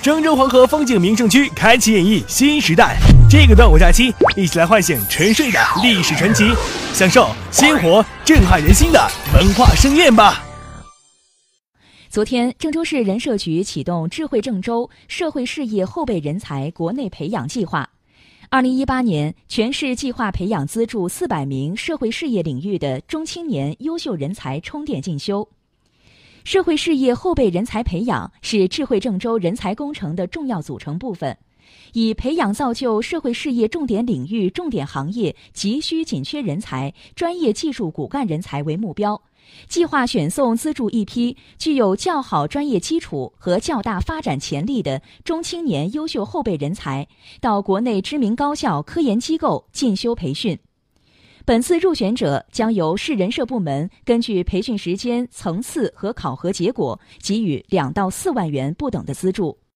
郑州黄河风景名胜区开启演绎新时代。这个端午假期，一起来唤醒沉睡的历史传奇，享受鲜活震撼人心的文化盛宴吧。 昨天，郑州市人社局启动智慧郑州社会事业后备人才国内培养计划。2018年，全市计划培养资助400名社会事业领域的中青年优秀人才充电进修。社会事业后备人才培养是智慧郑州人才工程的重要组成部分，以培养造就社会事业重点领域、重点行业急需紧缺人才、专业技术骨干人才为目标。计划选送资助一批具有较好专业基础和较大发展潜力的中青年优秀后备人才，到国内知名高校、科研机构进修培训。本次入选者将由市人社部门根据培训时间、层次和考核结果，给予2到4万元不等的资助。